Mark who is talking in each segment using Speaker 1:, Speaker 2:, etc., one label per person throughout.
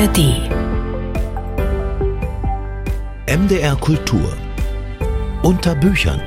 Speaker 1: ARD.
Speaker 2: MDR Kultur unter Büchern.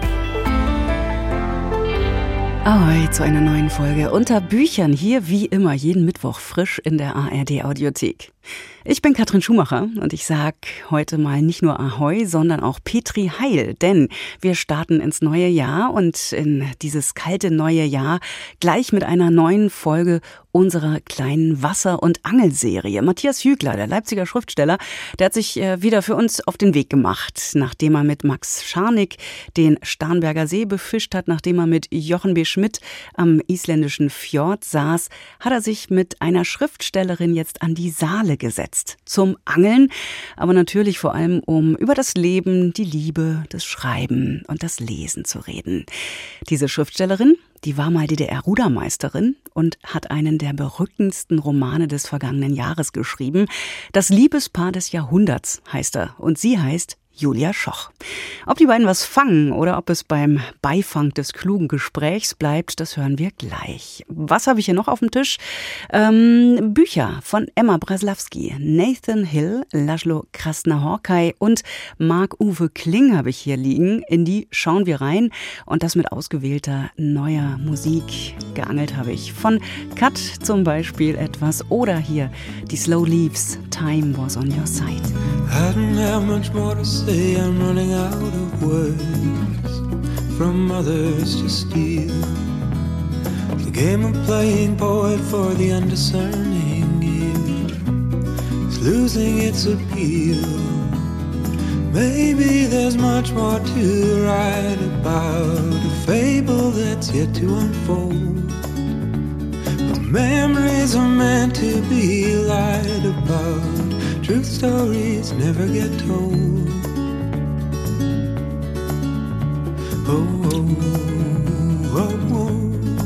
Speaker 1: Ahoi zu einer neuen Folge unter Büchern, hier wie immer jeden Mittwoch frisch in der ARD Audiothek. Ich bin Katrin Schumacher und ich sag heute mal nicht nur Ahoi, sondern auch Petri Heil, denn wir starten ins neue Jahr und in dieses kalte neue Jahr gleich mit einer neuen Folge unserer kleinen Wasser- und Angelserie. Matthias Hügler, der Leipziger Schriftsteller, der hat sich wieder für uns auf den Weg gemacht, nachdem er mit Max Scharnig den Starnberger See befischt hat, nachdem er mit Jochen B. Schmidt am isländischen Fjord saß, hat er sich mit einer Schriftstellerin jetzt an die Saale gesetzt. Zum Angeln, aber natürlich vor allem, um über das Leben, die Liebe, das Schreiben und das Lesen zu reden. Diese Schriftstellerin, die war mal DDR-Rudermeisterin und hat einen der berückendsten Romane des vergangenen Jahres geschrieben. Das Liebespaar des Jahrhunderts heißt er und sie heißt Julia Schoch. Ob die beiden was fangen oder ob es beim Beifang des klugen Gesprächs bleibt, das hören wir gleich. Was habe ich hier noch auf dem Tisch? Bücher von Emma Breslawski, Nathan Hill, Laszlo Krasznahorkai und Marc-Uwe Kling habe ich hier liegen. In die schauen wir rein und das mit ausgewählter neuer Musik. Geangelt habe ich von Cut zum Beispiel etwas oder hier die Slow Leaves, Time Was On Your Side.
Speaker 3: I don't have much more to say, I'm running out of words from others to steal. The game of playing poet for the undiscerning ear is losing its appeal. Maybe there's much more to write about, a fable that's yet to unfold. But memories are meant to be lied about. Truth stories never get told. Oh, oh, oh, oh.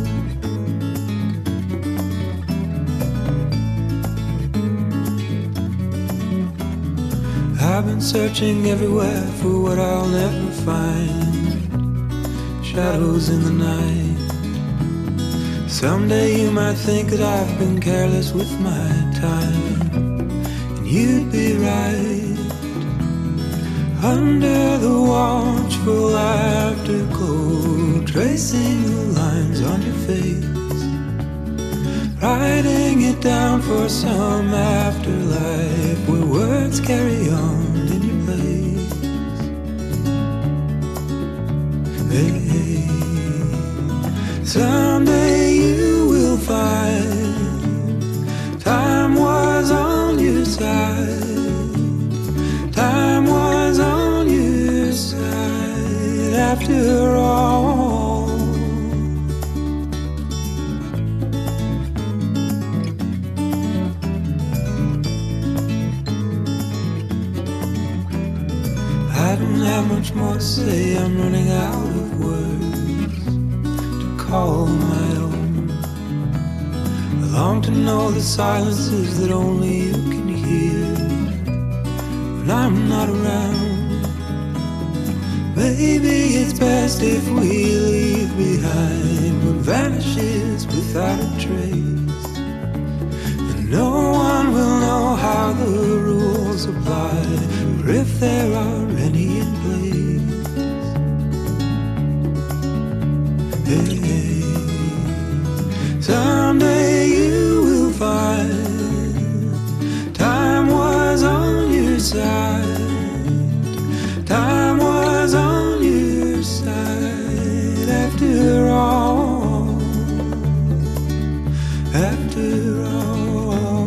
Speaker 3: I've been searching everywhere for what I'll never find. Shadows in the night. Someday you might think that I've been careless with my time. You'd be right. Under the watchful afterglow, tracing the lines on your face, writing it down for some afterlife where words carry on in your place. Hey, hey. Someday you will find time was on your side. Time was on your side after all. I don't have much more to say, I'm running out of words to call my own. I long to know the silences that only you can hear when I'm not around. Maybe it's best if we leave behind what vanishes without a trace. And no one will know how the rules apply, or if there are any in place. Hey, hey. Someday you will find time was on your side. Time was on your side after all. After all.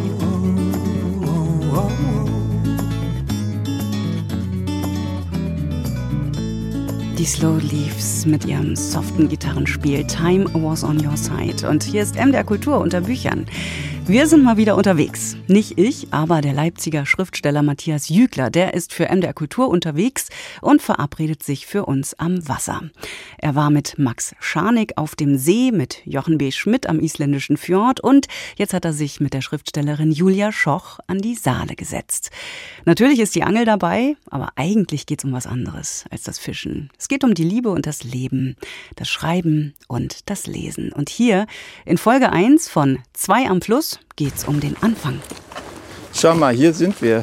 Speaker 1: Die Slow Leaves mit ihrem soften Gitarrenspiel Time Was On Your Side. Und hier ist MDR Kultur unter Büchern. Wir sind mal wieder unterwegs. Nicht ich, aber der Leipziger Schriftsteller Matthias Hügler. Der ist für MDR Kultur unterwegs und verabredet sich für uns am Wasser. Er war mit Max Scharnig auf dem See, mit Jochen B. Schmidt am isländischen Fjord und jetzt hat er sich mit der Schriftstellerin Julia Schoch an die Saale gesetzt. Natürlich ist die Angel dabei, aber eigentlich geht es um was anderes als das Fischen. Es geht um die Liebe und das Leben, das Schreiben und das Lesen. Und hier in Folge 1 von 2 am Fluss geht's um den Anfang.
Speaker 4: Schau mal, hier sind wir.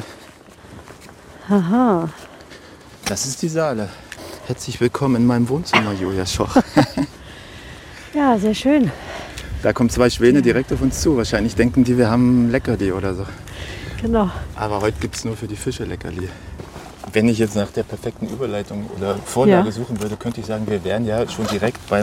Speaker 1: Aha.
Speaker 4: Das ist die Saale. Herzlich willkommen in meinem Wohnzimmer, Julia Schoch.
Speaker 1: Ja, sehr schön.
Speaker 4: Da kommen 2 Schwäne direkt auf uns zu. Wahrscheinlich denken die, wir haben Leckerli oder so.
Speaker 1: Genau.
Speaker 4: Aber heute gibt es nur für die Fische Leckerli. Wenn ich jetzt nach der perfekten Überleitung oder Vorlage suchen würde, könnte ich sagen, wir wären ja schon direkt bei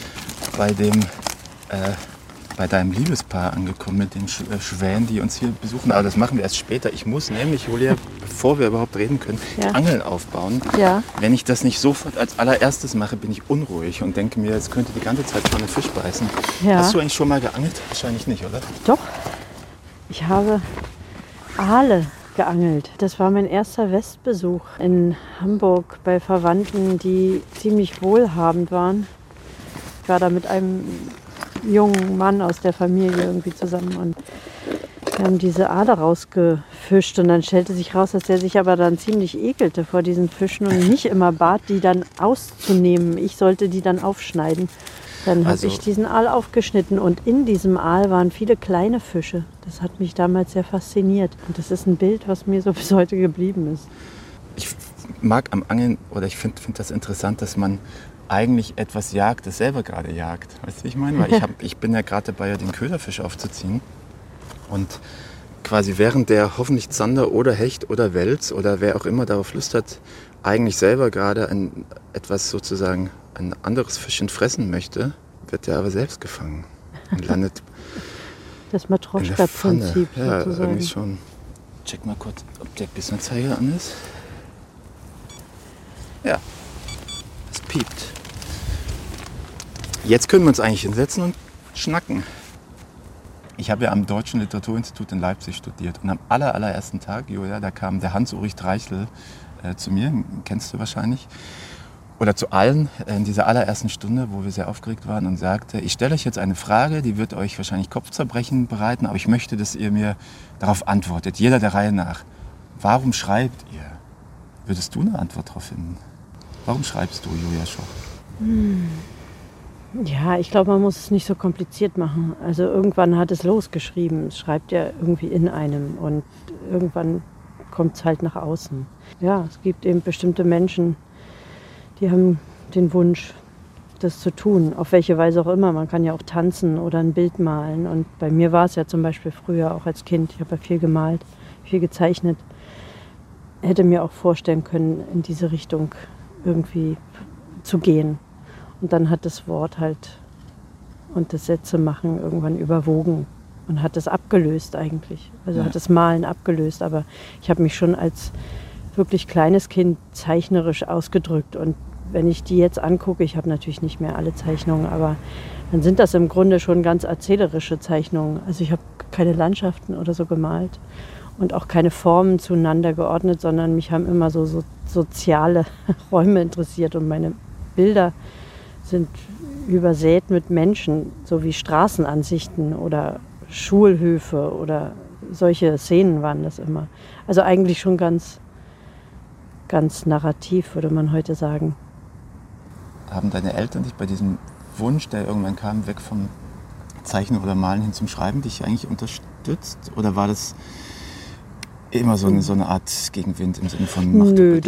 Speaker 4: deinem Liebespaar angekommen mit den Schwänen, die uns hier besuchen. Aber das machen wir erst später. Ich muss nämlich, Julia, bevor wir überhaupt reden können, Angeln aufbauen. Ja. Wenn ich das nicht sofort als allererstes mache, bin ich unruhig und denke mir, es könnte die ganze Zeit schon einen Fisch beißen. Ja. Hast du eigentlich schon mal geangelt? Wahrscheinlich nicht, oder?
Speaker 1: Doch. Ich habe Aale geangelt. Das war mein erster Westbesuch in Hamburg bei Verwandten, die ziemlich wohlhabend waren. Ich war da mit einem jungen Mann aus der Familie irgendwie zusammen und wir haben diese Aale rausgefischt und dann stellte sich raus, dass der sich aber dann ziemlich ekelte vor diesen Fischen und nicht immer bat, die dann auszunehmen. Ich sollte die dann aufschneiden. Dann habe ich diesen Aal aufgeschnitten und in diesem Aal waren viele kleine Fische. Das hat mich damals sehr fasziniert und das ist ein Bild, was mir so bis heute geblieben ist.
Speaker 4: Ich mag am Angeln oder ich finde das interessant, dass man eigentlich etwas jagt, das selber gerade jagt. Weißt du, wie ich meine? Weil ich bin ja gerade dabei, den Köderfisch aufzuziehen. Und quasi während der hoffentlich Zander oder Hecht oder Wels oder wer auch immer darauf Lust hat, eigentlich selber gerade etwas sozusagen, ein anderes Fischchen fressen möchte, wird der aber selbst gefangen und landet
Speaker 1: das Matroschka-Prinzip
Speaker 4: ja,
Speaker 1: sozusagen.
Speaker 4: Irgendwie schon. Check mal kurz, ob der Bissanzeiger an ist. Ja, es piept. Jetzt können wir uns eigentlich hinsetzen und schnacken. Ich habe ja am Deutschen Literaturinstitut in Leipzig studiert und am allerersten Tag, Julia, da kam der Hans-Ulrich Dreichel zu mir, kennst du wahrscheinlich, oder zu allen in dieser allerersten Stunde, wo wir sehr aufgeregt waren und sagte, ich stelle euch jetzt eine Frage, die wird euch wahrscheinlich Kopfzerbrechen bereiten, aber ich möchte, dass ihr mir darauf antwortet, jeder der Reihe nach. Warum schreibt ihr? Würdest du eine Antwort darauf finden? Warum schreibst du, Julia Schoch?
Speaker 1: Ja, ich glaube, man muss es nicht so kompliziert machen. Also irgendwann hat es losgeschrieben. Es schreibt ja irgendwie in einem und irgendwann kommt es halt nach außen. Ja, es gibt eben bestimmte Menschen, die haben den Wunsch, das zu tun, auf welche Weise auch immer. Man kann ja auch tanzen oder ein Bild malen. Und bei mir war es ja zum Beispiel früher auch als Kind, ich habe ja viel gemalt, viel gezeichnet. Hätte mir auch vorstellen können, in diese Richtung irgendwie zu gehen. Und dann hat das Wort halt und das Sätze machen irgendwann überwogen und hat das abgelöst eigentlich. Also hat das Malen abgelöst. Aber ich habe mich schon als wirklich kleines Kind zeichnerisch ausgedrückt. Und wenn ich die jetzt angucke, ich habe natürlich nicht mehr alle Zeichnungen, aber dann sind das im Grunde schon ganz erzählerische Zeichnungen. Also ich habe keine Landschaften oder so gemalt und auch keine Formen zueinander geordnet, sondern mich haben immer so soziale Räume interessiert und meine Bilder sind übersät mit Menschen, so wie Straßenansichten oder Schulhöfe oder solche Szenen waren das immer. Also eigentlich schon ganz, ganz narrativ, würde man heute sagen.
Speaker 4: Haben deine Eltern dich bei diesem Wunsch, der irgendwann kam, weg vom Zeichnen oder Malen hin zum Schreiben, dich eigentlich unterstützt? Oder war das immer so eine Art Gegenwind im Sinne von Macht?
Speaker 1: Nö,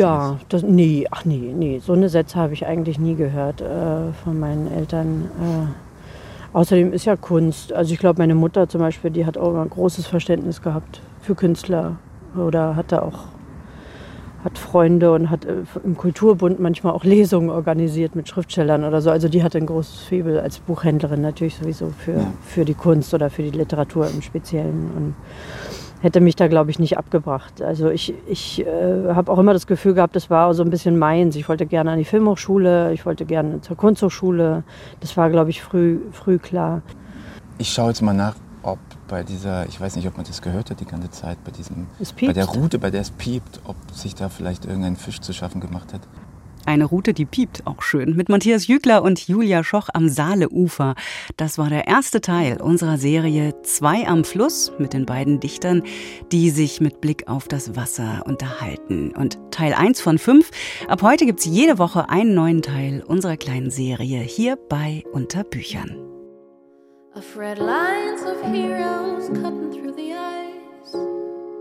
Speaker 1: nee. So eine Sätze habe ich eigentlich nie gehört von meinen Eltern. Außerdem ist ja Kunst. Also ich glaube, meine Mutter zum Beispiel, die hat auch immer ein großes Verständnis gehabt für Künstler oder hat Freunde und hat im Kulturbund manchmal auch Lesungen organisiert mit Schriftstellern oder so. Also die hatte ein großes Faible als Buchhändlerin natürlich sowieso für die Kunst oder für die Literatur im Speziellen. Und hätte mich da, glaube ich, nicht abgebracht. Also ich habe auch immer das Gefühl gehabt, das war so ein bisschen meins. Ich wollte gerne an die Filmhochschule, ich wollte gerne zur Kunsthochschule. Das war, glaube ich, früh klar.
Speaker 4: Ich schaue jetzt mal nach, ob bei dieser, ich weiß nicht, ob man das gehört hat die ganze Zeit, bei der Route, bei der es piept, ob sich da vielleicht irgendein Fisch zu schaffen gemacht hat.
Speaker 1: Eine Route, die piept, auch schön. Mit Matthias Jügler und Julia Schoch am Saaleufer. Das war der erste Teil unserer Serie 2 am Fluss mit den beiden Dichtern, die sich mit Blick auf das Wasser unterhalten. Und Teil 1 von 5. Ab heute gibt's jede Woche einen neuen Teil unserer kleinen Serie hier bei Unter Büchern.
Speaker 5: Of red lines of heroes cutting through the ice.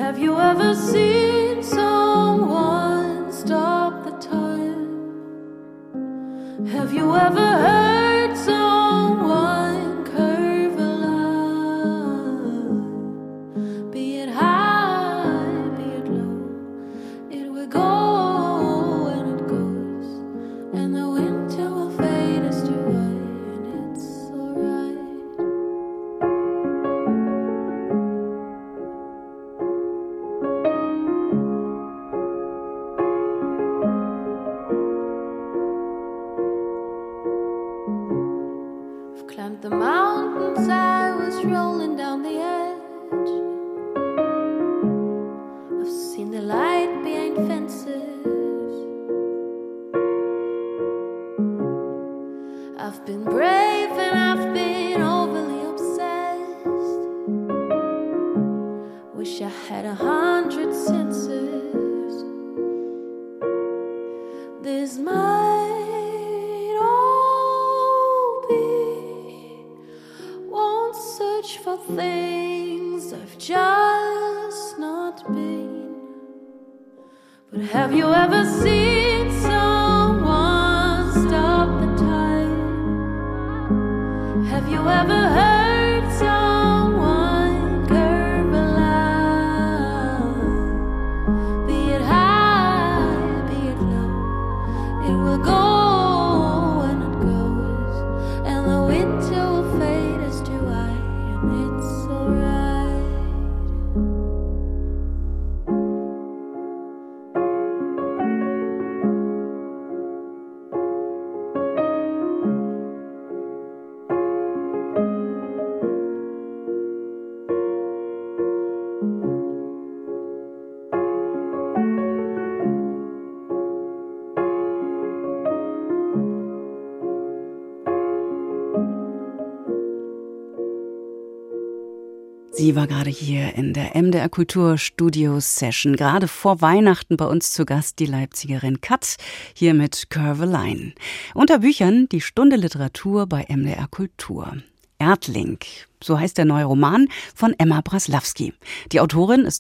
Speaker 5: Have you ever seen someone stop the time? Have you ever heard someone curve a line? Be it high, be it low, it will go and it goes, and the winter will fade as to white, and it's alright. Climbed the mountains, I was rolling down the edge. I've seen the light behind fences. I've been brave and I've been overly obsessed. Wish I had 100 senses. This might all be. Won't search for things I've just not been. But have you ever seen someone stop the time? Have you ever heard someone curve a line? Be it high, be it low, it will go and it goes, and the winter will fade as to white, and it's alright.
Speaker 1: Sie war gerade hier in der MDR Kultur Studio Session, gerade vor Weihnachten bei uns zu Gast, die Leipzigerin Kat, hier mit Curve a Line. Unter Büchern die Stunde Literatur bei MDR Kultur. Erdling, so heißt der neue Roman von Emma Braslawski. Die Autorin ist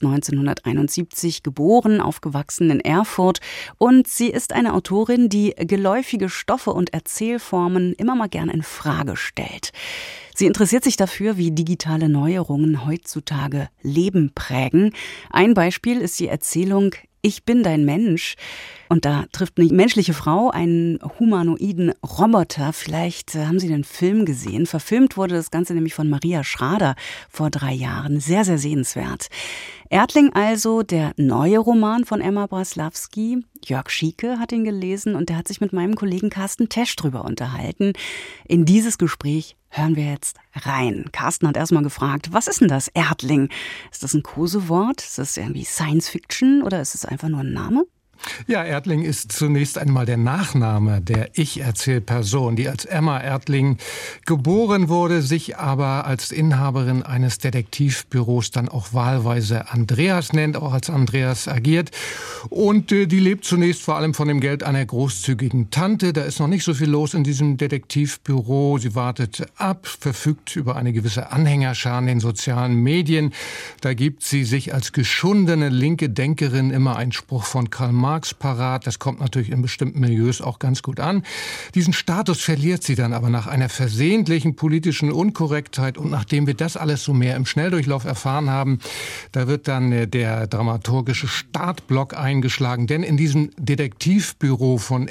Speaker 1: 1971 geboren, aufgewachsen in Erfurt, und sie ist eine Autorin, die geläufige Stoffe und Erzählformen immer mal gern in Frage stellt. Sie interessiert sich dafür, wie digitale Neuerungen heutzutage Leben prägen. Ein Beispiel ist die Erzählung Ich bin dein Mensch. Und da trifft eine menschliche Frau einen humanoiden Roboter. Vielleicht haben Sie den Film gesehen. Verfilmt wurde das Ganze nämlich von Maria Schrader vor 3 Jahren. Sehr, sehr sehenswert. Erdling also, der neue Roman von Emma Braslawski. Jörg Schieke hat ihn gelesen und der hat sich mit meinem Kollegen Carsten Tesch drüber unterhalten. In dieses Gespräch hören wir jetzt rein. Carsten hat erstmal gefragt, was ist denn das Erdling? Ist das ein Kosewort? Ist das irgendwie Science Fiction oder ist es einfach nur ein Name?
Speaker 6: Ja, Erdling ist zunächst einmal der Nachname der Ich-Erzählperson, die als Emma Erdling geboren wurde, sich aber als Inhaberin eines Detektivbüros dann auch wahlweise Andreas nennt, auch als Andreas agiert. Und die lebt zunächst vor allem von dem Geld einer großzügigen Tante. Da ist noch nicht so viel los in diesem Detektivbüro. Sie wartet ab, verfügt über eine gewisse Anhängerschar in den sozialen Medien. Da gibt sie sich als geschundene linke Denkerin immer einen Spruch von Karl Marx parat. Das kommt natürlich in bestimmten Milieus auch ganz gut an. Diesen Status verliert sie dann aber nach einer versehentlichen politischen Unkorrektheit, und nachdem wir das alles so mehr im Schnelldurchlauf erfahren haben, da wird dann der dramaturgische Startblock eingeschlagen. Denn in diesem Detektivbüro von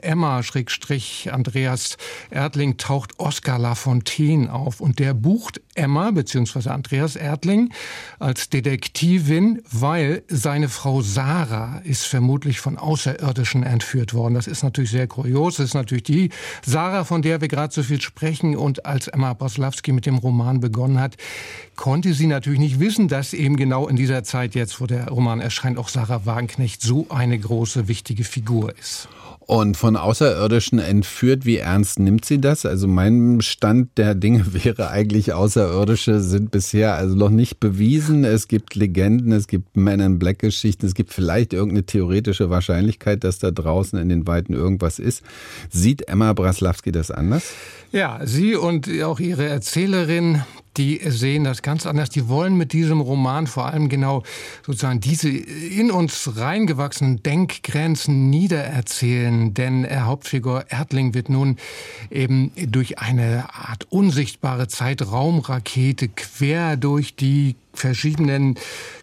Speaker 6: Emma-Andreas Erdling taucht Oskar Lafontaine auf, und der bucht Emma bzw. Andreas Erdling als Detektivin, weil seine Frau Sarah ist vermutlich von Außerirdischen entführt worden. Das ist natürlich sehr kurios. Das ist natürlich die Sarah, von der wir gerade so viel sprechen. Und als Emma Braslawski mit dem Roman begonnen hat, konnte sie natürlich nicht wissen, dass eben genau in dieser Zeit jetzt, wo der Roman erscheint, auch Sarah Wagenknecht so eine große, wichtige Figur ist.
Speaker 7: Und von Außerirdischen entführt, wie ernst nimmt sie das? Also mein Stand der Dinge wäre eigentlich, Außerirdische sind bisher also noch nicht bewiesen. Es gibt Legenden, es gibt Men-in-Black-Geschichten, es gibt vielleicht irgendeine theoretische Wahrscheinlichkeit, dass da draußen in den Weiten irgendwas ist. Sieht Emma Braslawski das anders?
Speaker 6: Ja, sie und auch ihre Erzählerin, die sehen das ganz anders. Die wollen mit diesem Roman vor allem genau sozusagen diese in uns reingewachsenen Denkgrenzen niedererzählen. Denn Hauptfigur Erdling wird nun eben durch eine Art unsichtbare Zeitraumrakete quer durch die verschiedenen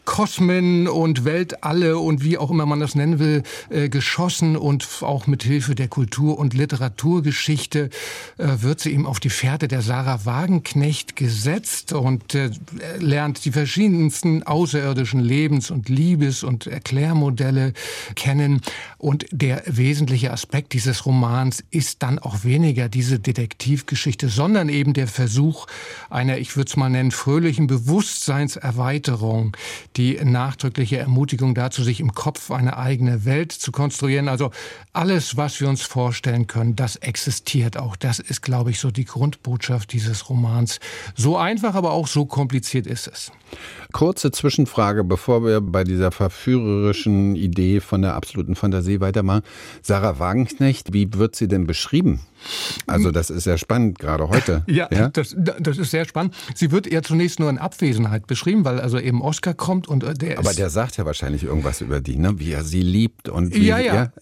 Speaker 6: Kosmen und Weltalle und wie auch immer man das nennen will, geschossen, und auch mit Hilfe der Kultur- und Literaturgeschichte wird sie ihm auf die Fährte der Sarah Wagenknecht gesetzt und lernt die verschiedensten außerirdischen Lebens- und Liebes- und Erklärmodelle kennen. Und der wesentliche Aspekt dieses Romans ist dann auch weniger diese Detektivgeschichte, sondern eben der Versuch einer, ich würde es mal nennen, fröhlichen Bewusstseinserweiterung, die nachdrückliche Ermutigung dazu, sich im Kopf eine eigene Welt zu konstruieren. Also alles, was wir uns vorstellen können, das existiert auch. Das ist, glaube ich, so die Grundbotschaft dieses Romans. So einfach, aber auch so kompliziert ist es.
Speaker 7: Kurze Zwischenfrage, bevor wir bei dieser verführerischen Idee von der absoluten Fantasie weitermachen. Sarah Wagenknecht, wie wird sie denn beschrieben? Also das ist sehr spannend, gerade heute.
Speaker 6: Ja? Das ist sehr spannend. Sie wird eher zunächst nur in Abwesenheit beschrieben, weil also eben Oscar kommt und
Speaker 7: Aber der sagt ja wahrscheinlich irgendwas über die, ne? Wie er sie liebt und wie
Speaker 6: der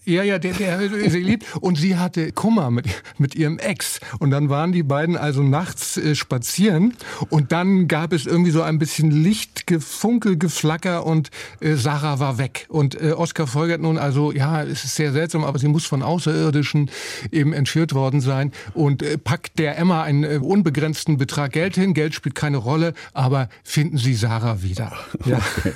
Speaker 6: sie liebt, und sie hatte Kummer mit ihrem Ex, und dann waren die beiden also nachts spazieren, und dann gab es irgendwie so ein bisschen Licht, Gefunkel, Geflacker, und Sarah war weg, und Oscar folgert nun also, ja, es ist sehr seltsam, aber sie muss von Außerirdischen eben entführt worden sein, und packt der Emma einen unbegrenzten Betrag Geld hin. Geld spielt keine Rolle, aber finden Sie Sarah wieder. Ja.
Speaker 7: Okay.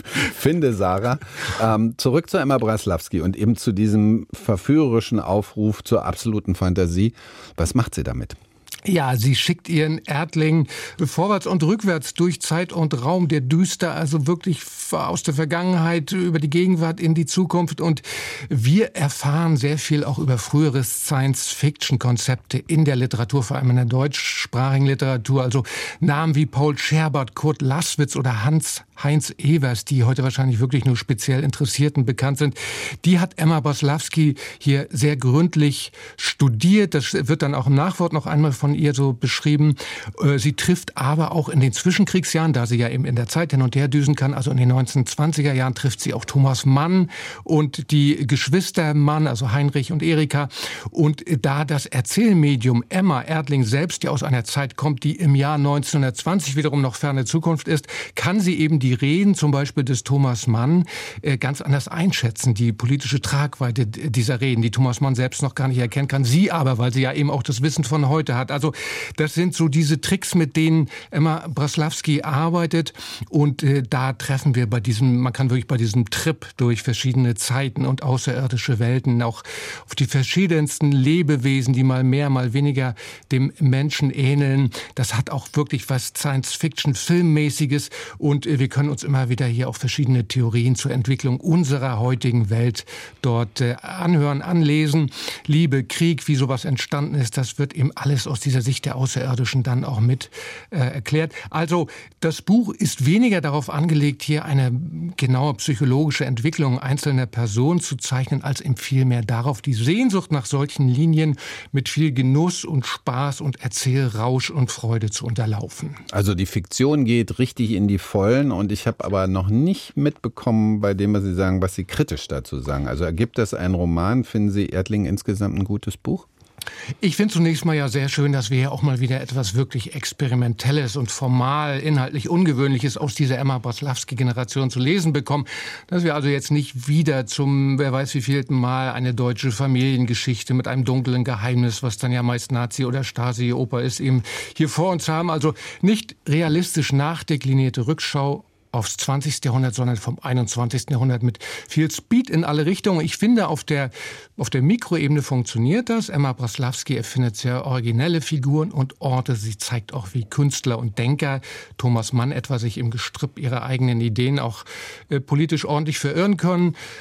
Speaker 7: Finde Sarah. Zurück zu Emma Braslawski und eben zu diesem verführerischen Aufruf zur absoluten Fantasie. Was macht sie damit?
Speaker 6: Ja, sie schickt ihren Erdling vorwärts und rückwärts durch Zeit und Raum, der düster, also wirklich aus der Vergangenheit über die Gegenwart in die Zukunft. Und wir erfahren sehr viel auch über frühere Science-Fiction-Konzepte in der Literatur, vor allem in der deutschsprachigen Literatur. Also Namen wie Paul Scherbert, Kurt Laßwitz oder Heinz Evers, die heute wahrscheinlich wirklich nur speziell Interessierten bekannt sind. Die hat Emma Braslawski hier sehr gründlich studiert. Das wird dann auch im Nachwort noch einmal von ihr so beschrieben. Sie trifft aber auch in den Zwischenkriegsjahren, da sie ja eben in der Zeit hin und her düsen kann, also in den 1920er Jahren trifft sie auch Thomas Mann und die Geschwister Mann, also Heinrich und Erika. Und da das Erzählmedium Emma Erdling selbst ja aus einer Zeit kommt, die im Jahr 1920 wiederum noch ferne Zukunft ist, kann sie eben die Reden zum Beispiel des Thomas Mann ganz anders einschätzen, die politische Tragweite dieser Reden, die Thomas Mann selbst noch gar nicht erkennen kann. Sie aber, weil sie ja eben auch das Wissen von heute hat. Also das sind so diese Tricks, mit denen Emma Braslawski arbeitet, und da treffen wir man kann wirklich bei diesem Trip durch verschiedene Zeiten und außerirdische Welten auch auf die verschiedensten Lebewesen, die mal mehr, mal weniger dem Menschen ähneln. Das hat auch wirklich was Science-Fiction-Filmmäßiges, und wir können uns immer wieder hier auch verschiedene Theorien zur Entwicklung unserer heutigen Welt dort anhören, anlesen. Liebe, Krieg, wie sowas entstanden ist, das wird eben alles aus dieser Sicht der Außerirdischen dann auch mit erklärt. Also das Buch ist weniger darauf angelegt, hier eine genaue psychologische Entwicklung einzelner Personen zu zeichnen, als eben vielmehr darauf, die Sehnsucht nach solchen Linien mit viel Genuss und Spaß und Erzählrausch und Freude zu unterlaufen.
Speaker 7: Also die Fiktion geht richtig in die Vollen, und ich habe aber noch nicht mitbekommen, bei dem, was Sie sagen, was Sie kritisch dazu sagen. Also ergibt das einen Roman? Finden Sie Erdling insgesamt ein gutes Buch?
Speaker 6: Ich finde zunächst mal ja sehr schön, dass wir hier auch mal wieder etwas wirklich Experimentelles und formal, inhaltlich Ungewöhnliches aus dieser Emma Braslawski-Generation zu lesen bekommen. Dass wir also jetzt nicht wieder zum, wer weiß wievielten Mal, eine deutsche Familiengeschichte mit einem dunklen Geheimnis, was dann ja meist Nazi- oder Stasi-Oper ist, eben hier vor uns haben. Also nicht realistisch nachdeklinierte Rückschau aufs 20. Jahrhundert, sondern vom 21. Jahrhundert mit viel Speed in alle Richtungen. Ich finde, auf der Mikroebene funktioniert das. Emma Braslawski erfindet sehr originelle Figuren und Orte. Sie zeigt auch, wie Künstler und Denker, Thomas Mann etwa, sich im Gestrüpp ihrer eigenen Ideen auch politisch ordentlich verirren können.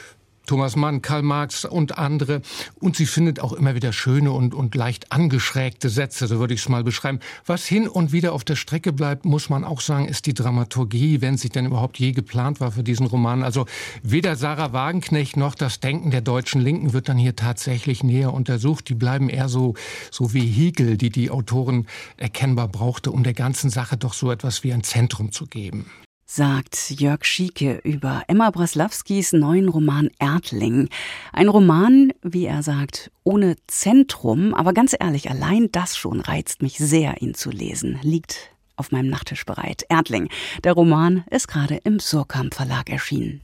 Speaker 6: Thomas Mann, Karl Marx und andere. Und sie findet auch immer wieder schöne und leicht angeschrägte Sätze, so würde ich es mal beschreiben. Was hin und wieder auf der Strecke bleibt, muss man auch sagen, ist die Dramaturgie, wenn sie denn überhaupt je geplant war für diesen Roman. Also weder Sarah Wagenknecht noch das Denken der deutschen Linken wird dann hier tatsächlich näher untersucht. Die bleiben eher so Vehikel, die Autorin erkennbar brauchte, um der ganzen Sache doch so etwas wie ein Zentrum zu geben.
Speaker 1: Sagt Jörg Schieke über Emma Braslawskis neuen Roman Erdling. Ein Roman, wie er sagt, ohne Zentrum, aber ganz ehrlich, allein das schon reizt mich sehr, ihn zu lesen. Liegt auf meinem Nachttisch bereit. Erdling. Der Roman ist gerade im Surkamp Verlag erschienen.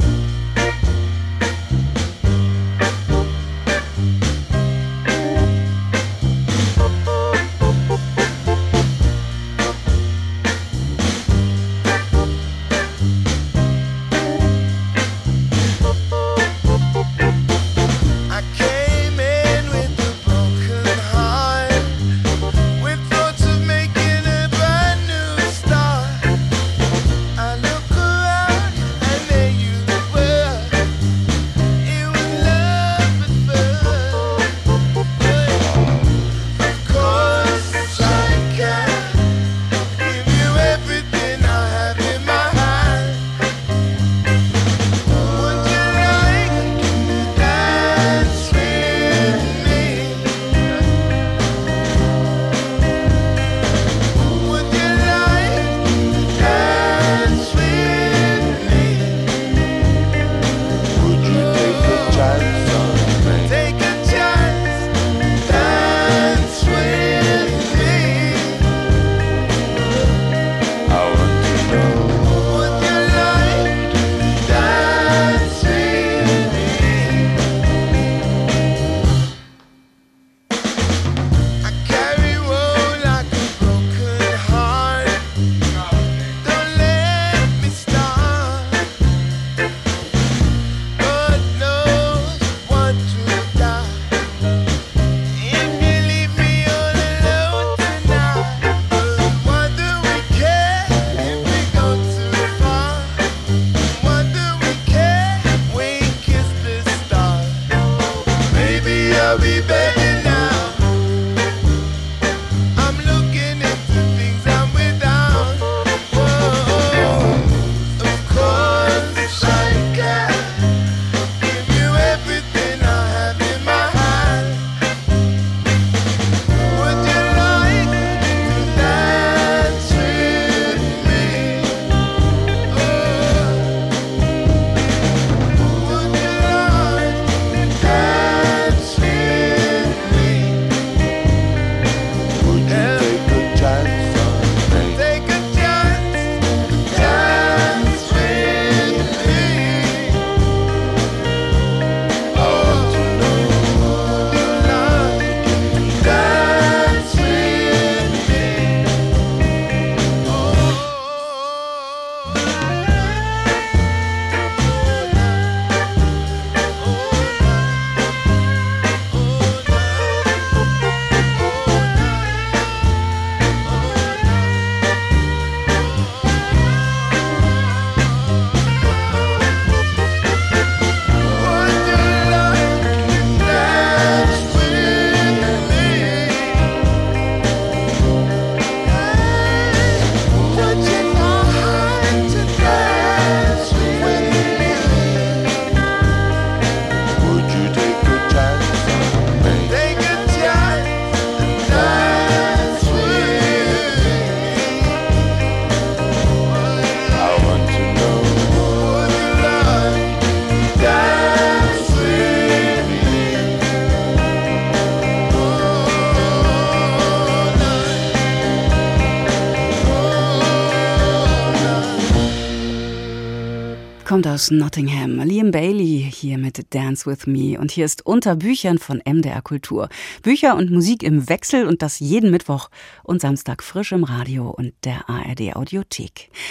Speaker 1: Kommt aus Nottingham. Liam Bailey hier mit Dance With Me. Und hier ist Unter Büchern von MDR Kultur. Bücher und Musik im Wechsel und das jeden Mittwoch und Samstag frisch im Radio und der ARD Audiothek.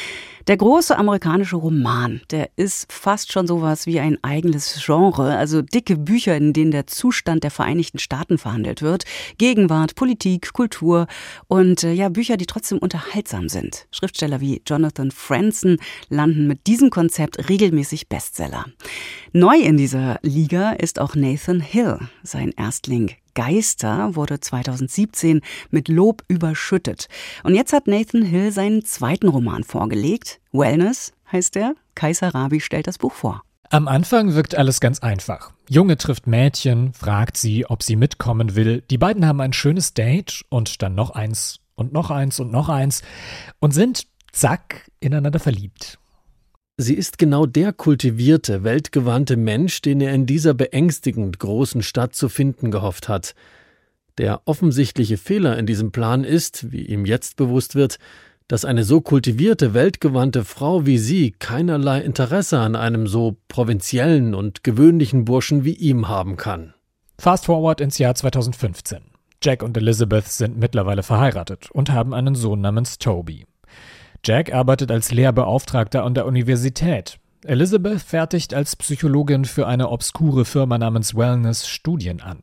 Speaker 1: Der große amerikanische Roman, der ist fast schon sowas wie ein eigenes Genre, also dicke Bücher, in denen der Zustand der Vereinigten Staaten verhandelt wird, Gegenwart, Politik, Kultur und Bücher, die trotzdem unterhaltsam sind. Schriftsteller wie Jonathan Franzen landen mit diesem Konzept regelmäßig Bestseller. Neu in dieser Liga ist auch Nathan Hill. Sein Erstling Geister wurde 2017 mit Lob überschüttet. Und jetzt hat Nathan Hill seinen zweiten Roman vorgelegt. Wellness heißt er. Kai Sarabi stellt das Buch vor.
Speaker 8: Am Anfang wirkt alles ganz einfach. Junge trifft Mädchen, fragt sie, ob sie mitkommen will. Die beiden haben ein schönes Date und dann noch eins und noch eins und noch eins und sind, zack, ineinander verliebt.
Speaker 9: Sie ist genau der kultivierte, weltgewandte Mensch, den er in dieser beängstigend großen Stadt zu finden gehofft hat. Der offensichtliche Fehler in diesem Plan ist, wie ihm jetzt bewusst wird, dass eine so kultivierte, weltgewandte Frau wie sie keinerlei Interesse an einem so provinziellen und gewöhnlichen Burschen wie ihm haben kann.
Speaker 8: Fast forward ins Jahr 2015. Jack und Elizabeth sind mittlerweile verheiratet und haben einen Sohn namens Toby. Jack arbeitet als Lehrbeauftragter an der Universität. Elizabeth fertigt als Psychologin für eine obskure Firma namens Wellness Studien an.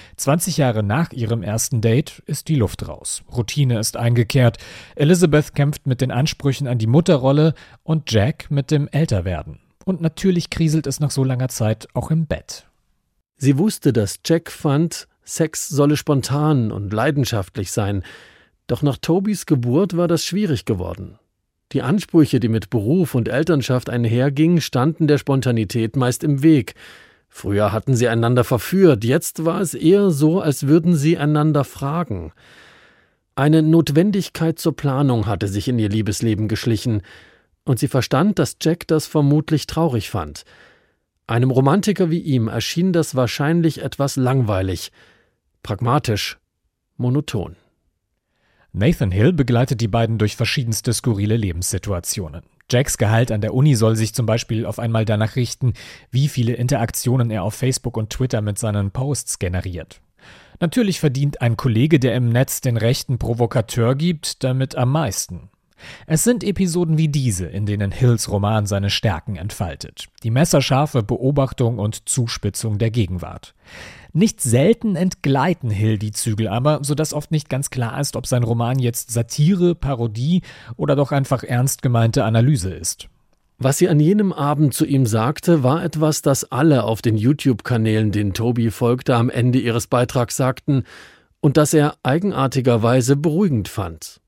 Speaker 8: 20 Jahre nach ihrem ersten Date ist die Luft raus. Routine ist eingekehrt. Elizabeth kämpft mit den Ansprüchen an die Mutterrolle und Jack mit dem Älterwerden. Und natürlich kriselt es nach so langer Zeit auch im Bett.
Speaker 9: Sie wusste, dass Jack fand, Sex solle spontan und leidenschaftlich sein. Doch nach Tobys Geburt war das schwierig geworden. Die Ansprüche, die mit Beruf und Elternschaft einhergingen, standen der Spontanität meist im Weg. Früher hatten sie einander verführt, jetzt war es eher so, als würden sie einander fragen. Eine Notwendigkeit zur Planung hatte sich in ihr Liebesleben geschlichen, und sie verstand, dass Jack das vermutlich traurig fand. Einem Romantiker wie ihm erschien das wahrscheinlich etwas langweilig, pragmatisch, monoton.
Speaker 8: Nathan Hill begleitet die beiden durch verschiedenste skurrile Lebenssituationen. Jacks Gehalt an der Uni soll sich zum Beispiel auf einmal danach richten, wie viele Interaktionen er auf Facebook und Twitter mit seinen Posts generiert. Natürlich verdient ein Kollege, der im Netz den rechten Provokateur gibt, damit am meisten. Es sind Episoden wie diese, in denen Hills Roman seine Stärken entfaltet. Die messerscharfe Beobachtung und Zuspitzung der Gegenwart. Nicht selten entgleiten Hill die Zügel aber, sodass oft nicht ganz klar ist, ob sein Roman jetzt Satire, Parodie oder doch einfach ernst gemeinte Analyse ist.
Speaker 9: Was sie an jenem Abend zu ihm sagte, war etwas, das alle auf den YouTube-Kanälen, denen Toby folgte, am Ende ihres Beitrags sagten und das er eigenartigerweise beruhigend fand.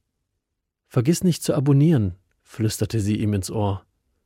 Speaker 9: »Vergiss nicht zu abonnieren«, flüsterte sie ihm ins Ohr.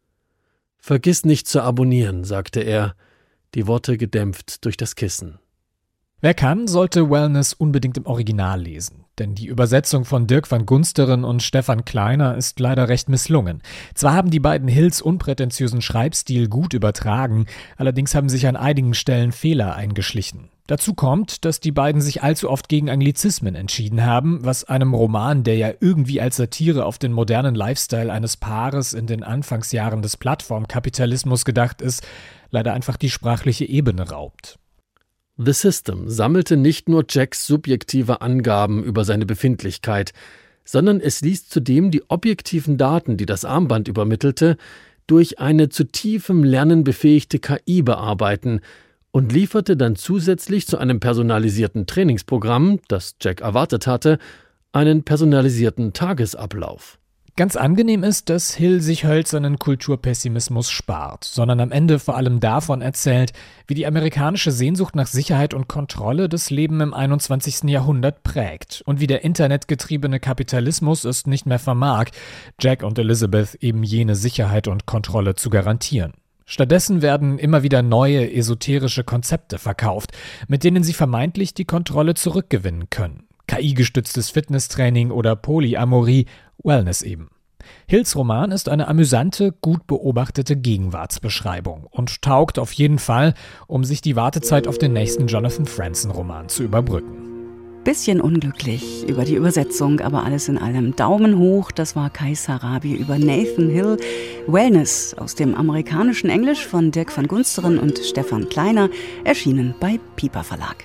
Speaker 9: »Vergiss nicht zu abonnieren«, sagte er, die Worte gedämpft durch das Kissen.
Speaker 8: Wer kann, sollte Wellness unbedingt im Original lesen, denn die Übersetzung von Dirk van Gunsteren und Stefan Kleiner ist leider recht misslungen. Zwar haben die beiden Hills unprätentiösen Schreibstil gut übertragen, allerdings haben sich an einigen Stellen Fehler eingeschlichen. Dazu kommt, dass die beiden sich allzu oft gegen Anglizismen entschieden haben, was einem Roman, der ja irgendwie als Satire auf den modernen Lifestyle eines Paares in den Anfangsjahren des Plattformkapitalismus gedacht ist, leider einfach die sprachliche Ebene raubt.
Speaker 9: The System sammelte nicht nur Jacks subjektive Angaben über seine Befindlichkeit, sondern es ließ zudem die objektiven Daten, die das Armband übermittelte, durch eine zu tiefem Lernen befähigte KI bearbeiten und lieferte dann zusätzlich zu einem personalisierten Trainingsprogramm, das Jack erwartet hatte, einen personalisierten Tagesablauf.
Speaker 8: Ganz angenehm ist, dass Hill sich hölzernen Kulturpessimismus spart, sondern am Ende vor allem davon erzählt, wie die amerikanische Sehnsucht nach Sicherheit und Kontrolle das Leben im 21. Jahrhundert prägt und wie der internetgetriebene Kapitalismus es nicht mehr vermag, Jack und Elizabeth eben jene Sicherheit und Kontrolle zu garantieren. Stattdessen werden immer wieder neue esoterische Konzepte verkauft, mit denen sie vermeintlich die Kontrolle zurückgewinnen können. KI-gestütztes Fitnesstraining oder Polyamorie, Wellness eben. Hills Roman ist eine amüsante, gut beobachtete Gegenwartsbeschreibung und taugt auf jeden Fall, um sich die Wartezeit auf den nächsten Jonathan Franzen-Roman zu überbrücken.
Speaker 1: Bisschen unglücklich über die Übersetzung, aber alles in allem Daumen hoch. Das war Kai Sarabi über Nathan Hill. Wellness aus dem amerikanischen Englisch von Dirk van Gunsteren und Stefan Kleiner, erschienen bei Piper Verlag.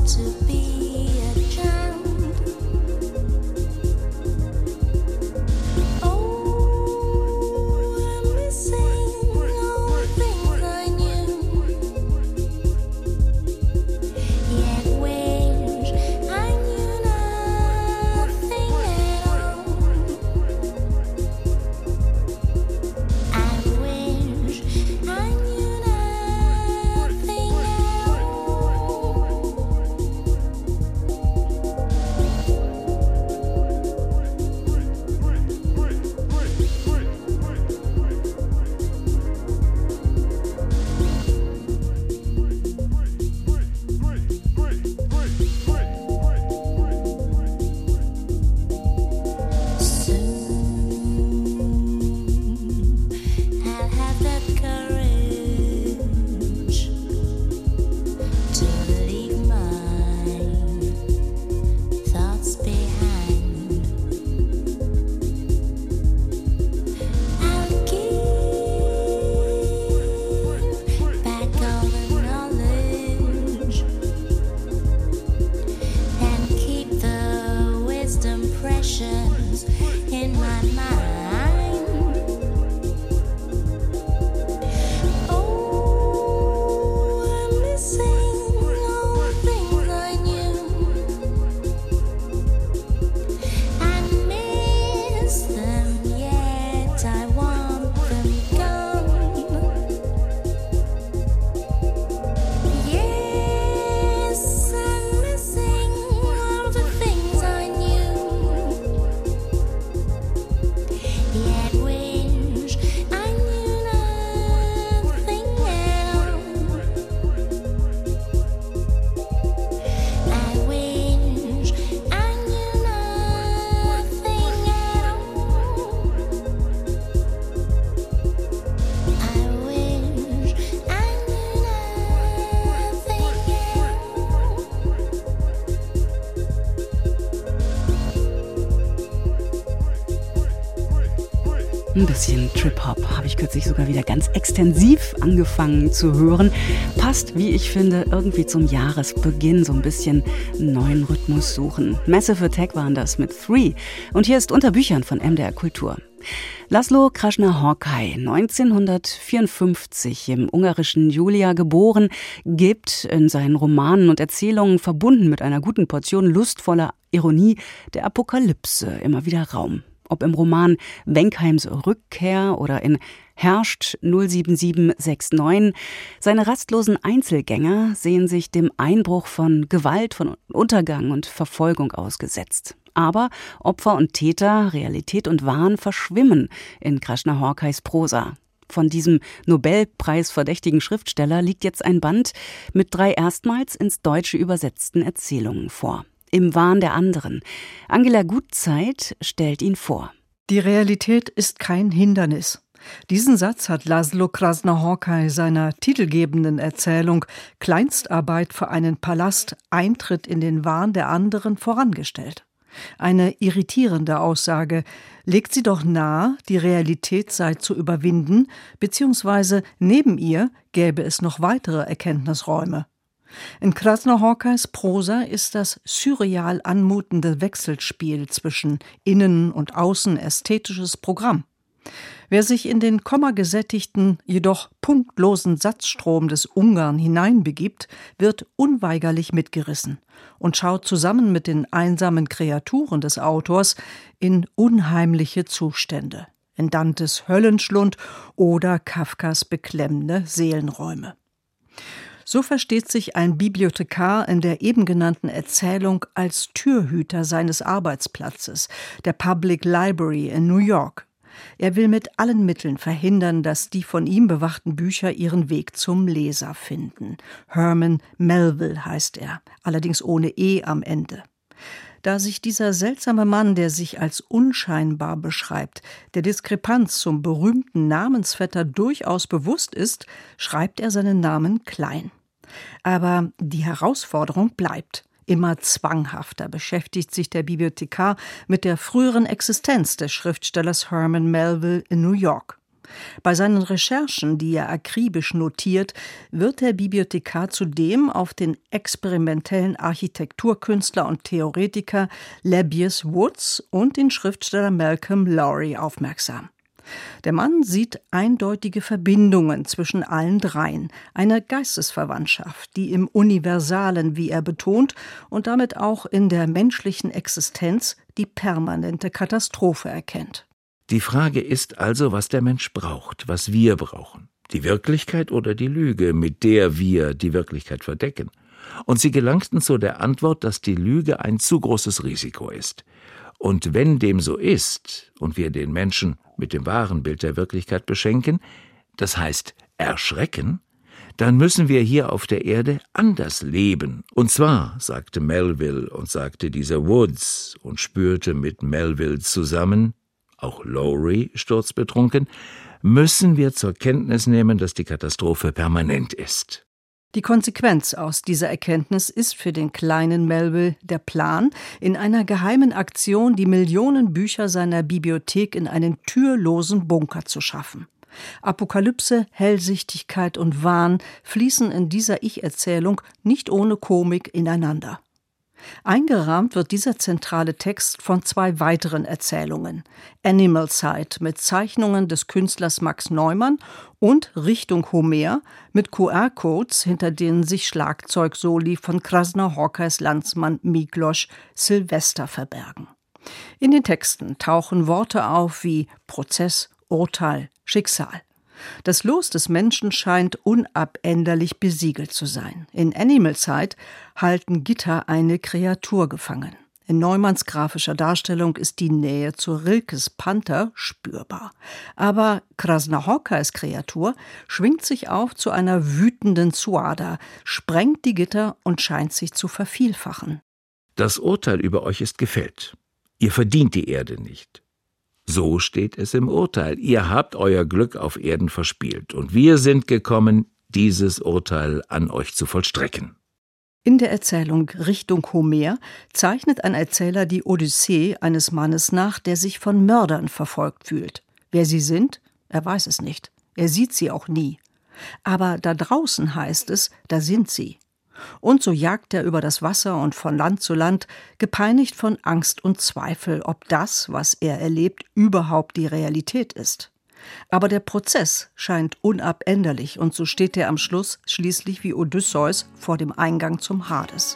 Speaker 5: to be a child.
Speaker 1: Ein bisschen Trip-Hop habe ich kürzlich sogar wieder ganz extensiv angefangen zu hören. Passt, wie ich finde, irgendwie zum Jahresbeginn so ein bisschen einen neuen Rhythmus suchen. Massive Attack waren das mit 3. Und hier ist unter Büchern von MDR Kultur. Laszlo Krasznahorkai, 1954 im ungarischen Julia geboren, gibt in seinen Romanen und Erzählungen, verbunden mit einer guten Portion lustvoller Ironie, der Apokalypse immer wieder Raum. Ob im Roman Wenkheims Rückkehr oder in Herrscht 07769. Seine rastlosen Einzelgänger sehen sich dem Einbruch von Gewalt, von Untergang und Verfolgung ausgesetzt. Aber Opfer und Täter, Realität und Wahn verschwimmen in Krasznahorkais Prosa. Von diesem Nobelpreis-verdächtigen Schriftsteller liegt jetzt ein Band mit 3 erstmals ins Deutsche übersetzten Erzählungen vor. Im Wahn der anderen. Angela Gutzeit stellt ihn vor.
Speaker 10: Die Realität ist kein Hindernis. Diesen Satz hat Laszlo Krasznahorkai seiner titelgebenden Erzählung Kleinstarbeit für einen Palast, Eintritt in den Wahn der anderen vorangestellt. Eine irritierende Aussage, legt sie doch nahe, die Realität sei zu überwinden, beziehungsweise neben ihr gäbe es noch weitere Erkenntnisräume. In Krasznahorkais Prosa ist das surreal anmutende Wechselspiel zwischen Innen- und Außen ästhetisches Programm. Wer sich in den kommagesättigten, jedoch punktlosen Satzstrom des Ungarn hineinbegibt, wird unweigerlich mitgerissen und schaut zusammen mit den einsamen Kreaturen des Autors in unheimliche Zustände, in Dantes Höllenschlund oder Kafkas beklemmende Seelenräume. So versteht sich ein Bibliothekar in der eben genannten Erzählung als Türhüter seines Arbeitsplatzes, der Public Library in New York. Er will mit allen Mitteln verhindern, dass die von ihm bewachten Bücher ihren Weg zum Leser finden. Herman Melville heißt er, allerdings ohne E am Ende. Da sich dieser seltsame Mann, der sich als unscheinbar beschreibt, der Diskrepanz zum berühmten Namensvetter durchaus bewusst ist, schreibt er seinen Namen klein. Aber die Herausforderung bleibt. Immer zwanghafter beschäftigt sich der Bibliothekar mit der früheren Existenz des Schriftstellers Herman Melville in New York. Bei seinen Recherchen, die er akribisch notiert, wird der Bibliothekar zudem auf den experimentellen Architekturkünstler und Theoretiker Lebbeus Woods und den Schriftsteller Malcolm Lowry aufmerksam. Der Mann sieht eindeutige Verbindungen zwischen allen dreien, eine Geistesverwandtschaft, die im Universalen, wie er betont, und damit auch in der menschlichen Existenz die permanente Katastrophe erkennt.
Speaker 11: Die Frage ist also, was der Mensch braucht, was wir brauchen. Die Wirklichkeit oder die Lüge, mit der wir die Wirklichkeit verdecken. Und sie gelangten zu der Antwort, dass die Lüge ein zu großes Risiko ist. Und wenn dem so ist und wir den Menschen mit dem wahren Bild der Wirklichkeit beschenken, das heißt erschrecken, dann müssen wir hier auf der Erde anders leben. Und zwar, sagte Melville und sagte dieser Woods und spürte mit Melville zusammen, auch Lowry sturzbetrunken, müssen wir zur Kenntnis nehmen, dass die Katastrophe permanent ist.
Speaker 10: Die Konsequenz aus dieser Erkenntnis ist für den kleinen Melville der Plan, in einer geheimen Aktion die Millionen Bücher seiner Bibliothek in einen türlosen Bunker zu schaffen. Apokalypse, Hellsichtigkeit und Wahn fließen in dieser Ich-Erzählung nicht ohne Komik ineinander. Eingerahmt wird dieser zentrale Text von 2 weiteren Erzählungen: Animal Side mit Zeichnungen des Künstlers Max Neumann und Richtung Homer mit QR-Codes, hinter denen sich Schlagzeugsoli von Krasna-Horkais Landsmann Miklos Silvester verbergen. In den Texten tauchen Worte auf wie Prozess, Urteil, Schicksal. Das Los des Menschen scheint unabänderlich besiegelt zu sein. In Animal Side halten Gitter eine Kreatur gefangen. In Neumanns grafischer Darstellung ist die Nähe zu Rilkes Panther spürbar. Aber Krasna-Horkais Kreatur schwingt sich auf zu einer wütenden Suada, sprengt die Gitter und scheint sich zu vervielfachen.
Speaker 11: Das Urteil über euch ist gefällt. Ihr verdient die Erde nicht. So steht es im Urteil. Ihr habt euer Glück auf Erden verspielt. Und wir sind gekommen, dieses Urteil an euch zu vollstrecken.
Speaker 10: In der Erzählung Richtung Homer zeichnet ein Erzähler die Odyssee eines Mannes nach, der sich von Mördern verfolgt fühlt. Wer sie sind? Er weiß es nicht. Er sieht sie auch nie. Aber da draußen heißt es, da sind sie. Und so jagt er über das Wasser und von Land zu Land, gepeinigt von Angst und Zweifel, ob das, was er erlebt, überhaupt die Realität ist. Aber der Prozess scheint unabänderlich und so steht er am Schluss schließlich wie Odysseus vor dem Eingang zum Hades.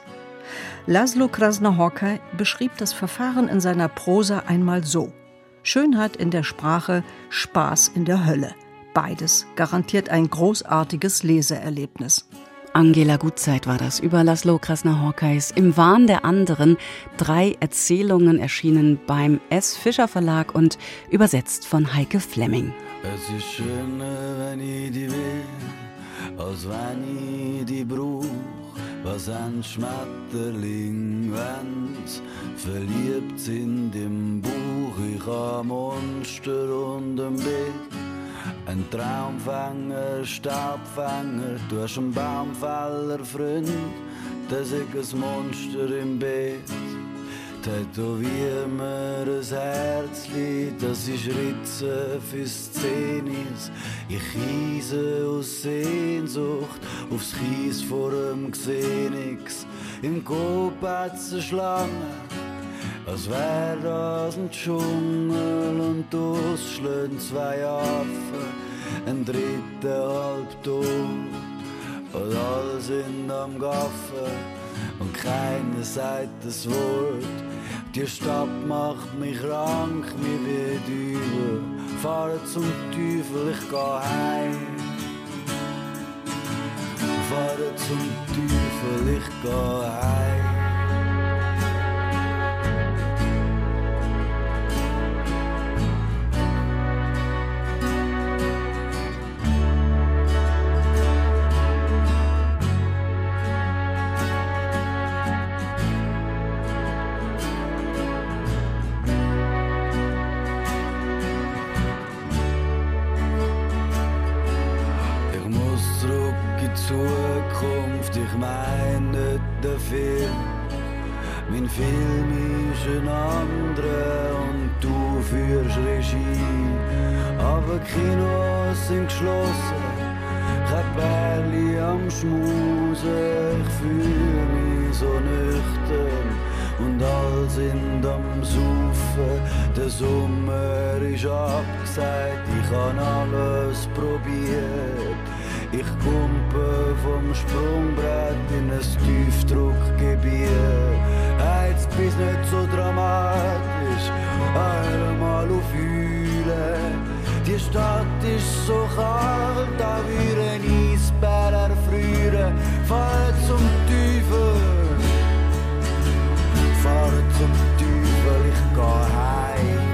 Speaker 10: Laszlo Krasna-Horkai beschrieb das Verfahren in seiner Prosa einmal so: Schönheit in der Sprache, Spaß in der Hölle. Beides garantiert ein großartiges Leseerlebnis.
Speaker 1: Angela Gutzeit war das über Laszlo Krasna-Horkais Im Wahn der anderen. 3 Erzählungen erschienen beim S. Fischer Verlag und übersetzt von Heike Flemming.
Speaker 3: Es ist schöner, wenn ich die will, als wenn ich die brauch. Was ein Schmetterling, wenn's verliebt sind im Buch. Ich hab Monster und ein Bild. Ein Traumfänger, Staubfänger, du hast einen Baumfäller, Freund, das ist ein Monster im Bett. Tätowier mir ein Herzli, das ist Ritze für Szenis. Ich kiese aus Sehnsucht, aufs Kies vor dem geseh nix. Im Kopf hat's eine Schlange, als wär das ein Dschungel und ausschlägen 2 Affen, ein dritter halb tot. Und alle sind am Gaffen und keiner sagt das Wort. Die Stadt macht mich krank, mir wird übel. Fahre zum Teufel, ich geh heim. Fahre zum Teufel, ich geh heim. Zukunft, ich meine nicht dafür.
Speaker 12: Mein Film ist ein anderer und du führst Regie. Aber Kinos sind geschlossen, kein Bärli am Schmusen. Ich fühle mich so nüchtern und alle sind am Saufen. Der Sommer ist abgesagt, ich habe alles probiert. Ich kumpe vom Sprungbrett in ein Tiefdruckgebiet. Jetzt bist nicht so dramatisch, einmal auf Hülle. Die Stadt ist so kalt, da wie ein Eisbär erfrieren. Fahr zum Teufel, fahr zum Teufel, ich geh heim.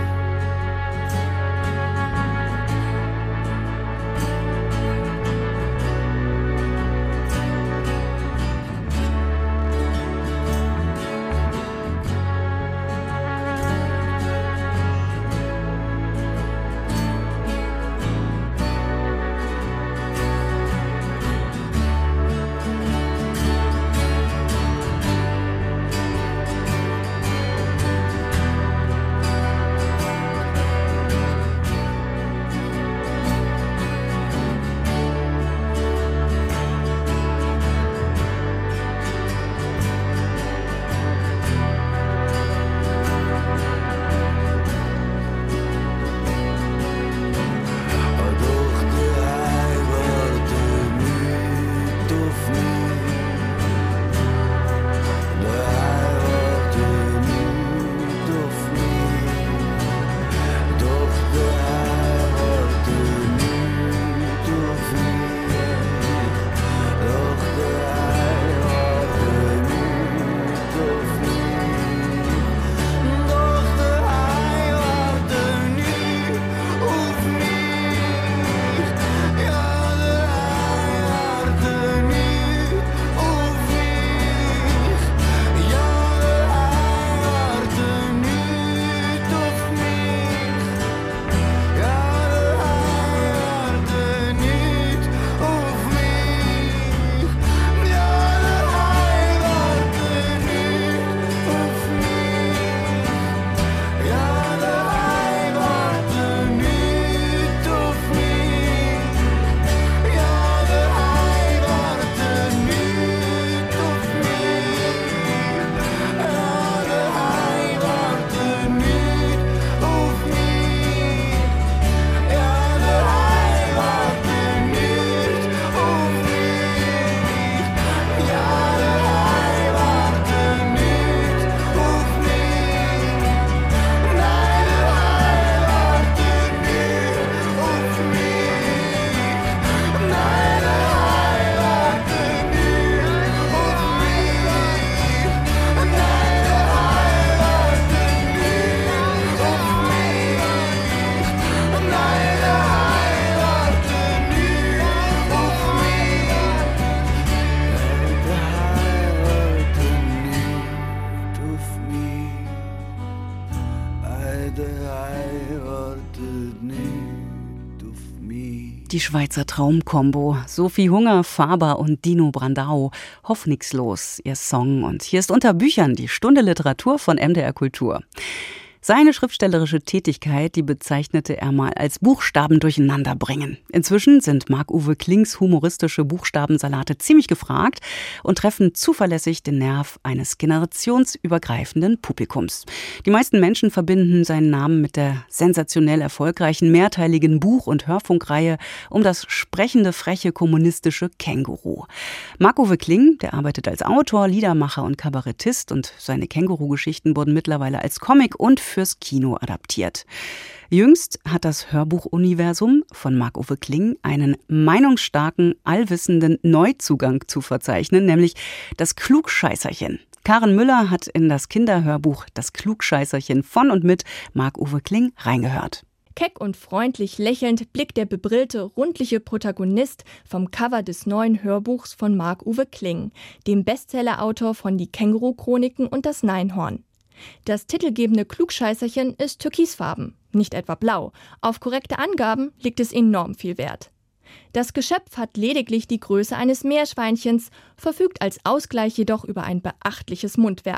Speaker 1: Die Schweizer Traumkombo. Sophie Hunger, Faber und Dino Brandau. Hoffnungslos, ihr Song. Und hier ist unter Büchern die Stunde Literatur von MDR Kultur. Seine schriftstellerische Tätigkeit, die bezeichnete er mal als Buchstaben durcheinander bringen. Inzwischen sind Marc-Uwe Klings humoristische Buchstabensalate ziemlich gefragt und treffen zuverlässig den Nerv eines generationsübergreifenden Publikums. Die meisten Menschen verbinden seinen Namen mit der sensationell erfolgreichen mehrteiligen Buch- und Hörfunkreihe um das sprechende, freche kommunistische Känguru. Marc-Uwe Kling, der arbeitet als Autor, Liedermacher und Kabarettist und seine Känguru-Geschichten wurden mittlerweile als Comic und fürs Kino adaptiert. Jüngst hat das Hörbuchuniversum von Marc-Uwe Kling einen meinungsstarken, allwissenden Neuzugang zu verzeichnen, nämlich das Klugscheißerchen. Karen Müller hat in das Kinderhörbuch Das Klugscheißerchen von und mit Marc-Uwe Kling reingehört.
Speaker 13: Keck und freundlich lächelnd blickt der bebrillte, rundliche Protagonist vom Cover des neuen Hörbuchs von Marc-Uwe Kling, dem Bestsellerautor von Die Känguru-Chroniken und Das Neinhorn. Das titelgebende Klugscheißerchen ist türkisfarben, nicht etwa blau. Auf korrekte Angaben liegt es enorm viel Wert. Das Geschöpf hat lediglich die Größe eines Meerschweinchens, verfügt als Ausgleich jedoch über ein beachtliches Mundwerk.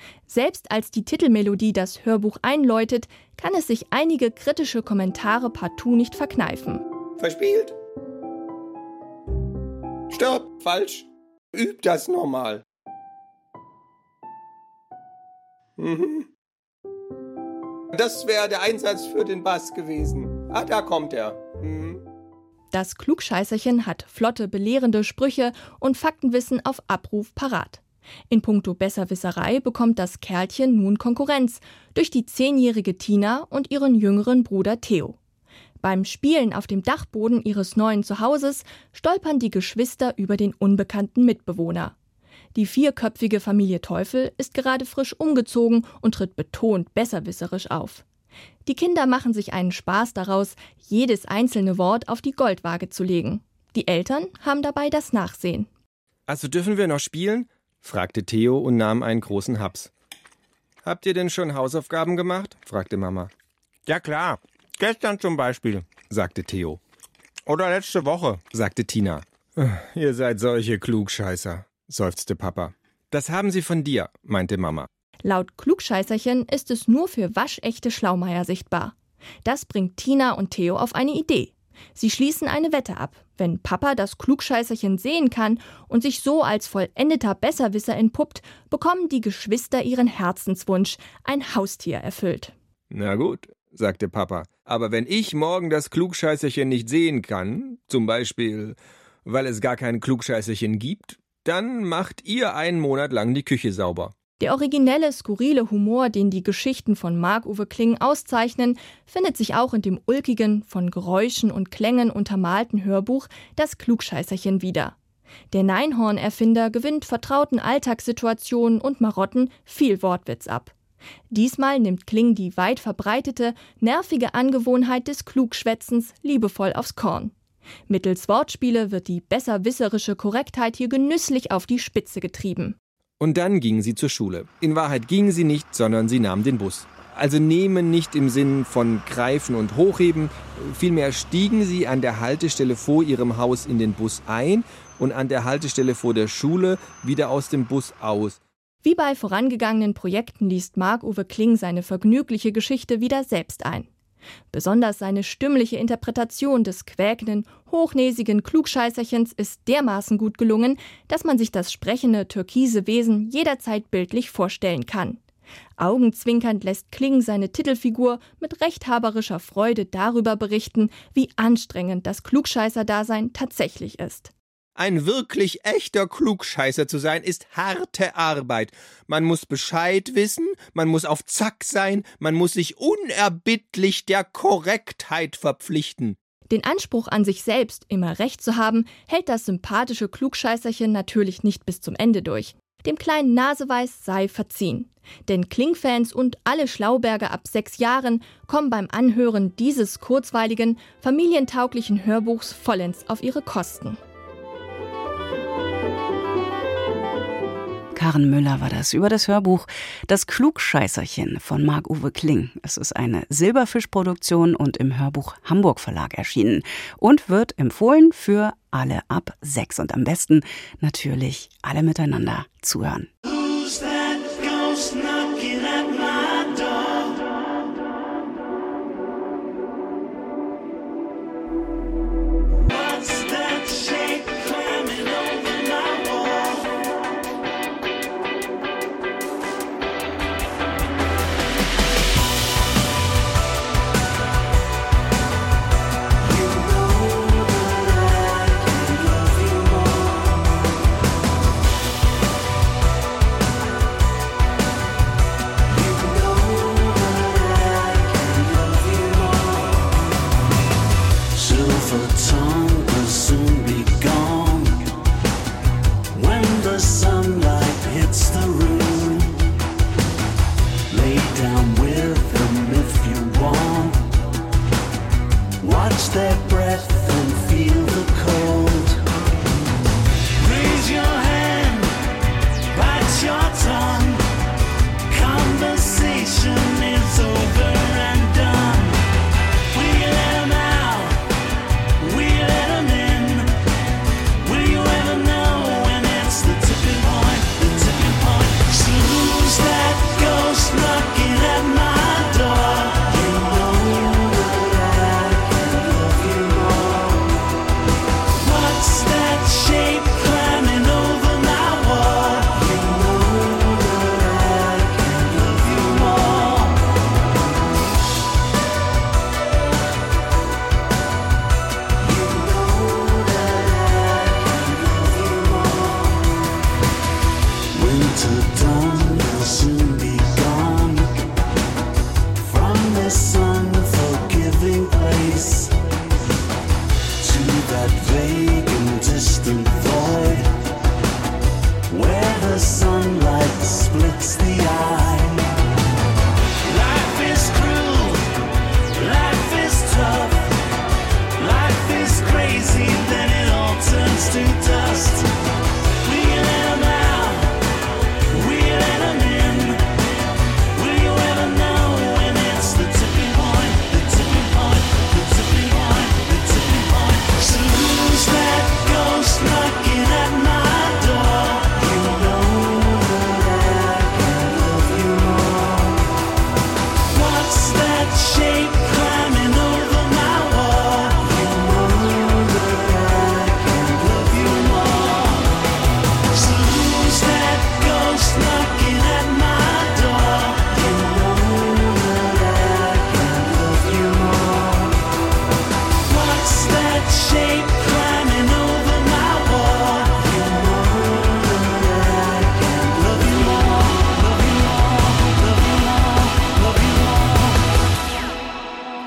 Speaker 13: Selbst als die Titelmelodie das Hörbuch einläutet, kann es sich einige kritische Kommentare partout nicht verkneifen.
Speaker 14: Verspielt. Stopp, falsch. Üb das nochmal. Das wäre der Einsatz für den Bass gewesen. Ah, da kommt er.
Speaker 13: Das Klugscheißerchen hat flotte, belehrende Sprüche und Faktenwissen auf Abruf parat. In puncto Besserwisserei bekommt das Kerlchen nun Konkurrenz durch die 10-jährige Tina und ihren jüngeren Bruder Theo. Beim Spielen auf dem Dachboden ihres neuen Zuhauses stolpern die Geschwister über den unbekannten Mitbewohner. Die 4-köpfige Familie Teufel ist gerade frisch umgezogen und tritt betont besserwisserisch auf. Die Kinder machen sich einen Spaß daraus, jedes einzelne Wort auf die Goldwaage zu legen. Die Eltern haben dabei das Nachsehen.
Speaker 15: Also dürfen wir noch spielen? Fragte Theo und nahm einen großen Haps. Habt ihr denn schon Hausaufgaben gemacht? Fragte Mama. Ja klar, gestern zum Beispiel, sagte Theo. Oder letzte Woche, sagte Tina. Ihr seid solche Klugscheißer, seufzte Papa. Das haben sie von dir, meinte Mama.
Speaker 13: Laut Klugscheißerchen ist es nur für waschechte Schlaumeier sichtbar. Das bringt Tina und Theo auf eine Idee. Sie schließen eine Wette ab. Wenn Papa das Klugscheißerchen sehen kann und sich so als vollendeter Besserwisser entpuppt, bekommen die Geschwister ihren Herzenswunsch, ein Haustier erfüllt.
Speaker 15: Na gut, sagte Papa. Aber wenn ich morgen das Klugscheißerchen nicht sehen kann, zum Beispiel, weil es gar kein Klugscheißerchen gibt, dann macht ihr einen Monat lang die Küche sauber.
Speaker 13: Der originelle, skurrile Humor, den die Geschichten von Marc-Uwe Kling auszeichnen, findet sich auch in dem ulkigen, von Geräuschen und Klängen untermalten Hörbuch Das Klugscheißerchen wieder. Der Neinhorn-Erfinder gewinnt vertrauten Alltagssituationen und Marotten viel Wortwitz ab. Diesmal nimmt Kling die weit verbreitete, nervige Angewohnheit des Klugschwätzens liebevoll aufs Korn. Mittels Wortspiele wird die besserwisserische Korrektheit hier genüsslich auf die Spitze getrieben.
Speaker 15: Und dann gingen sie zur Schule. In Wahrheit gingen sie nicht, sondern sie nahmen den Bus. Also nehmen nicht im Sinn von greifen und hochheben, vielmehr stiegen sie an der Haltestelle vor ihrem Haus in den Bus ein und an der Haltestelle vor der Schule wieder aus dem Bus aus.
Speaker 13: Wie bei vorangegangenen Projekten liest Marc-Uwe Kling seine vergnügliche Geschichte wieder selbst ein. Besonders seine stimmliche Interpretation des quäkenden, hochnäsigen Klugscheißerchens ist dermaßen gut gelungen, dass man sich das sprechende, türkise Wesen jederzeit bildlich vorstellen kann. Augenzwinkernd lässt Kling seine Titelfigur mit rechthaberischer Freude darüber berichten, wie anstrengend das Klugscheißer-Dasein tatsächlich ist.
Speaker 15: Ein wirklich echter Klugscheißer zu sein, ist harte Arbeit. Man muss Bescheid wissen, man muss auf Zack sein, man muss sich unerbittlich der Korrektheit verpflichten.
Speaker 13: Den Anspruch an sich selbst, immer recht zu haben, hält das sympathische Klugscheißerchen natürlich nicht bis zum Ende durch. Dem kleinen Naseweiß sei verziehen. Denn Kling-Fans und alle Schlauberger ab 6 Jahren kommen beim Anhören dieses kurzweiligen, familientauglichen Hörbuchs vollends auf ihre Kosten.
Speaker 1: Karen Müller war das über das Hörbuch Das Klugscheißerchen von Marc-Uwe Kling. Es ist eine Silberfisch-Produktion und im Hörbuch Hamburg Verlag erschienen und wird empfohlen für alle ab 6 und am besten natürlich alle miteinander zuhören.
Speaker 3: Who's that ghost knocking at my door? What's that shape climbing over my wall? You know that I can love you more. You know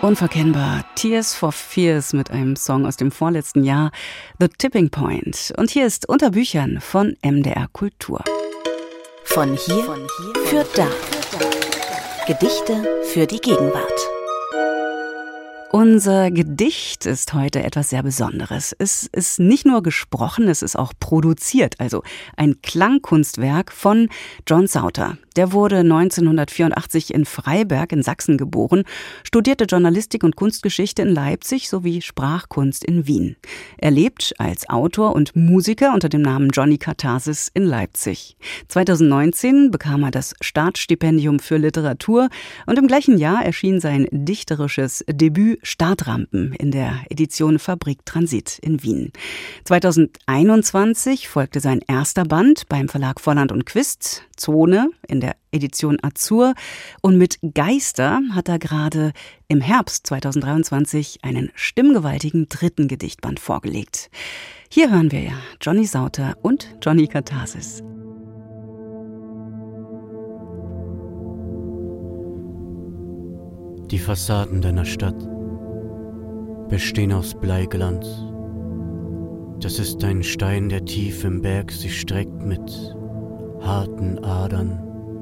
Speaker 1: Unverkennbar. Tears for Fears mit einem Song aus dem vorletzten Jahr, The Tipping Point. Und hier ist Unter Büchern von MDR Kultur.
Speaker 16: Von hier für da. Gedichte für die Gegenwart.
Speaker 1: Unser Gedicht ist heute etwas sehr Besonderes. Es ist nicht nur gesprochen, es ist auch produziert, also ein Klangkunstwerk von John Sauter. Der wurde 1984 in Freiberg in Sachsen geboren, studierte Journalistik und Kunstgeschichte in Leipzig sowie Sprachkunst in Wien. Er lebt als Autor und Musiker unter dem Namen Johnny Katharsis in Leipzig. 2019 bekam er das Staatsstipendium für Literatur und im gleichen Jahr erschien sein dichterisches Debüt Startrampen in der Edition Fabrik Transit in Wien. 2021 folgte sein erster Band beim Verlag Volland und Quist, Zone, in der Edition Azur. Und mit Geister hat er gerade im Herbst 2023 einen stimmgewaltigen dritten Gedichtband vorgelegt. Hier hören wir ja Johnny Sauter und Johnny Katharsis.
Speaker 17: Die Fassaden deiner Stadt bestehen aus Bleiglanz. Das ist ein Stein, der tief im Berg sich streckt mit harten Adern.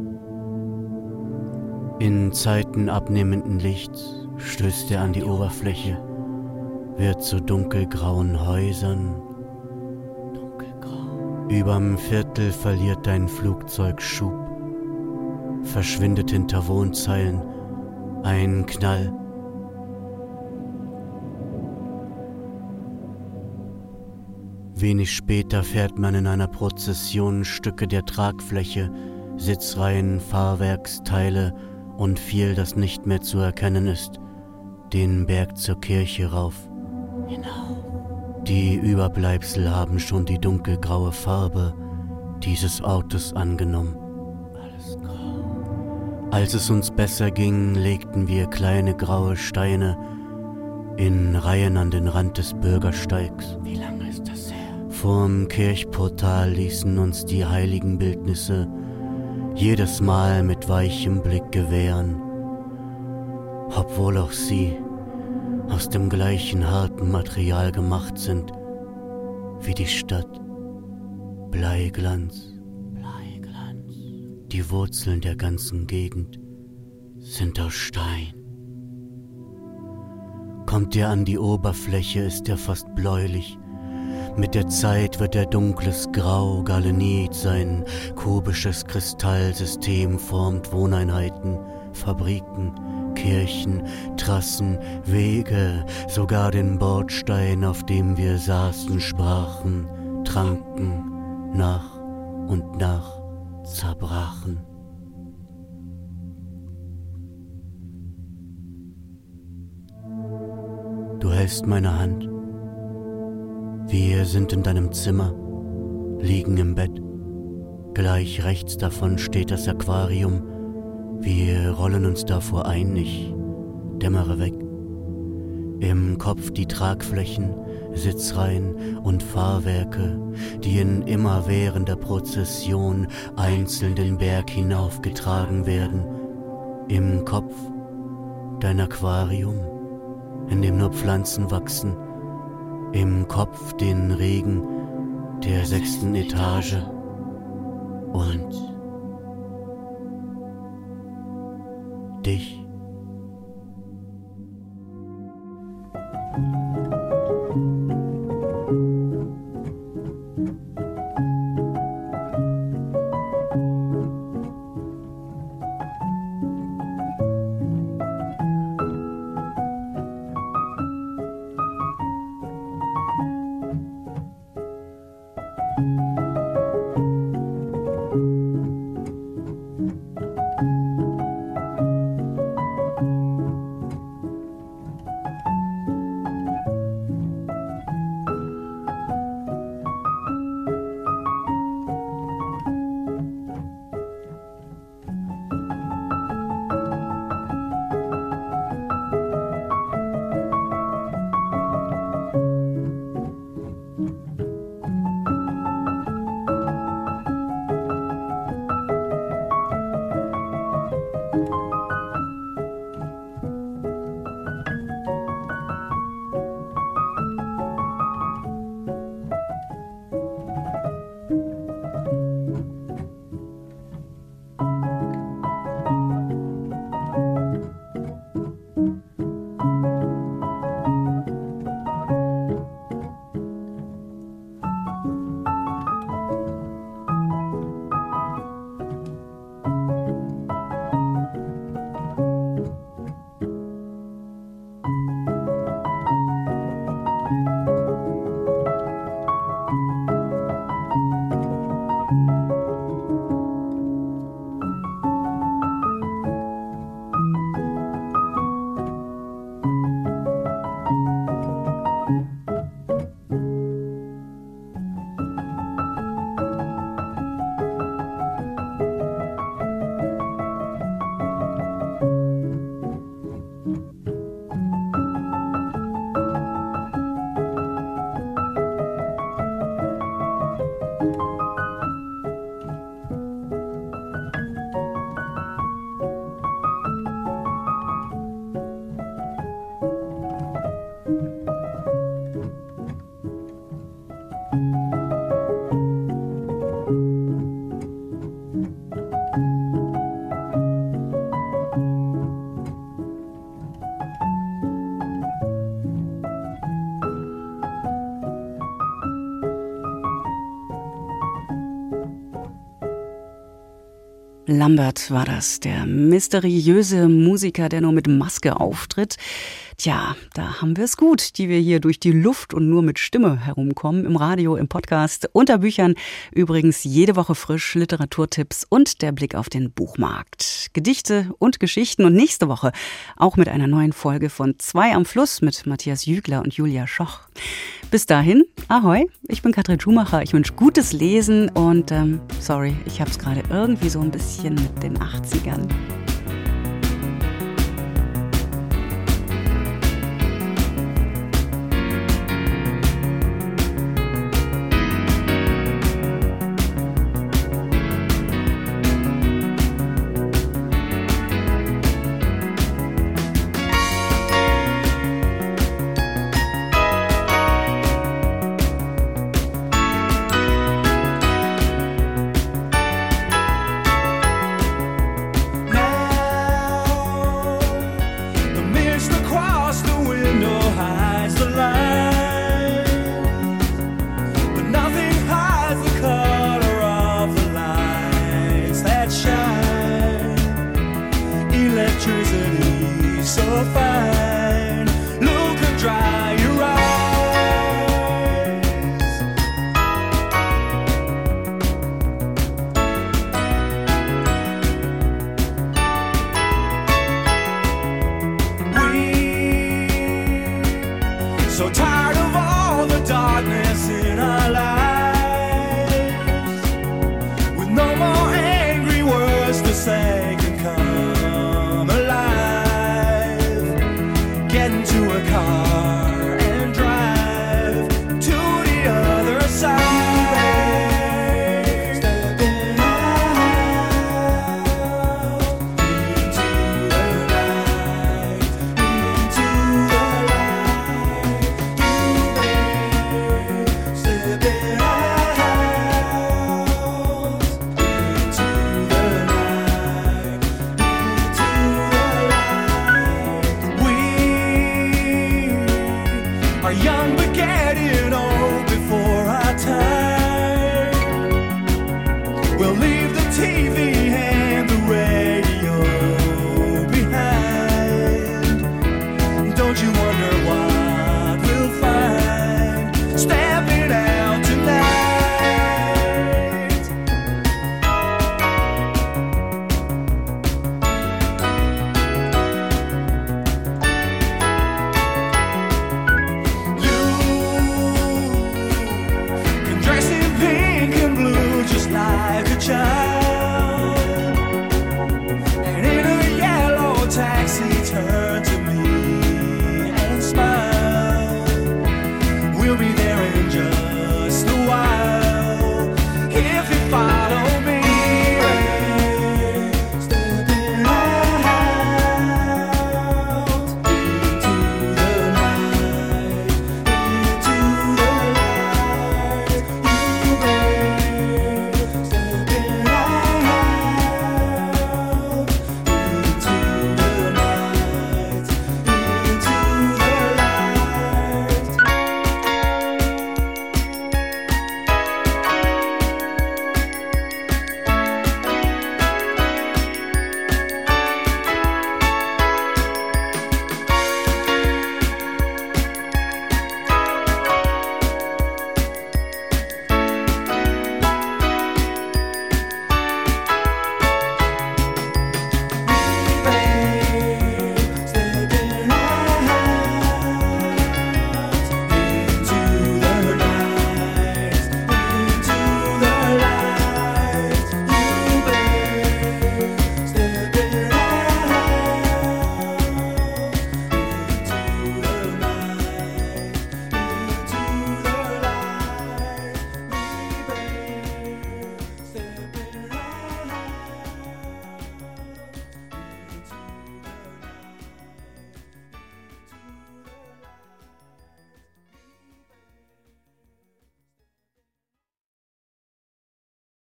Speaker 17: In Zeiten abnehmenden Lichts stößt er an die Oberfläche, wird zu dunkelgrauen Häusern. Überm Viertel verliert dein Flugzeug Schub, verschwindet hinter Wohnzeilen, ein Knall. Wenig später fährt man in einer Prozession Stücke der Tragfläche, Sitzreihen, Fahrwerksteile und viel, das nicht mehr zu erkennen ist, den Berg zur Kirche rauf. Die Überbleibsel haben schon die dunkelgraue Farbe dieses Autos angenommen. Als es uns besser ging, legten wir kleine graue Steine in Reihen an den Rand des Bürgersteigs. Wie lange ist das her? Vorm Kirchportal ließen uns die heiligen Bildnisse jedes Mal mit weichem Blick gewähren, obwohl auch sie aus dem gleichen harten Material gemacht sind wie die Stadt. Bleiglanz. Die Wurzeln der ganzen Gegend sind aus Stein. Kommt er an die Oberfläche, ist er fast bläulich. Mit der Zeit wird er dunkles Grau, Galenit, sein kubisches Kristallsystem formt Wohneinheiten, Fabriken, Kirchen, Trassen, Wege, sogar den Bordstein, auf dem wir saßen, sprachen, tranken, nach und nach zerbrachen. Du hältst meine Hand. Wir sind in deinem Zimmer, liegen im Bett. Gleich rechts davon steht das Aquarium. Wir rollen uns davor ein, ich dämmere weg. Im Kopf die Tragflächen, Sitzreihen und Fahrwerke, die in immerwährender Prozession einzeln den Berg hinaufgetragen werden. Im Kopf dein Aquarium, in dem nur Pflanzen wachsen. Im Kopf den Regen der 6. Etage und dich.
Speaker 1: Lambert war das, der mysteriöse Musiker, der nur mit Maske auftritt. Tja, da haben wir es gut, die wir hier durch die Luft und nur mit Stimme herumkommen, im Radio, im Podcast, unter Büchern. Übrigens jede Woche frisch Literaturtipps und der Blick auf den Buchmarkt. Gedichte und Geschichten und nächste Woche auch mit einer neuen Folge von 2 am Fluss mit Matthias Jügler und Julia Schoch. Bis dahin, ahoi, ich bin Katrin Schumacher, ich wünsche gutes Lesen und sorry, ich habe es gerade irgendwie so ein bisschen mit den 80ern.
Speaker 12: So tired of all the darkness in our lives, with no more angry words to say.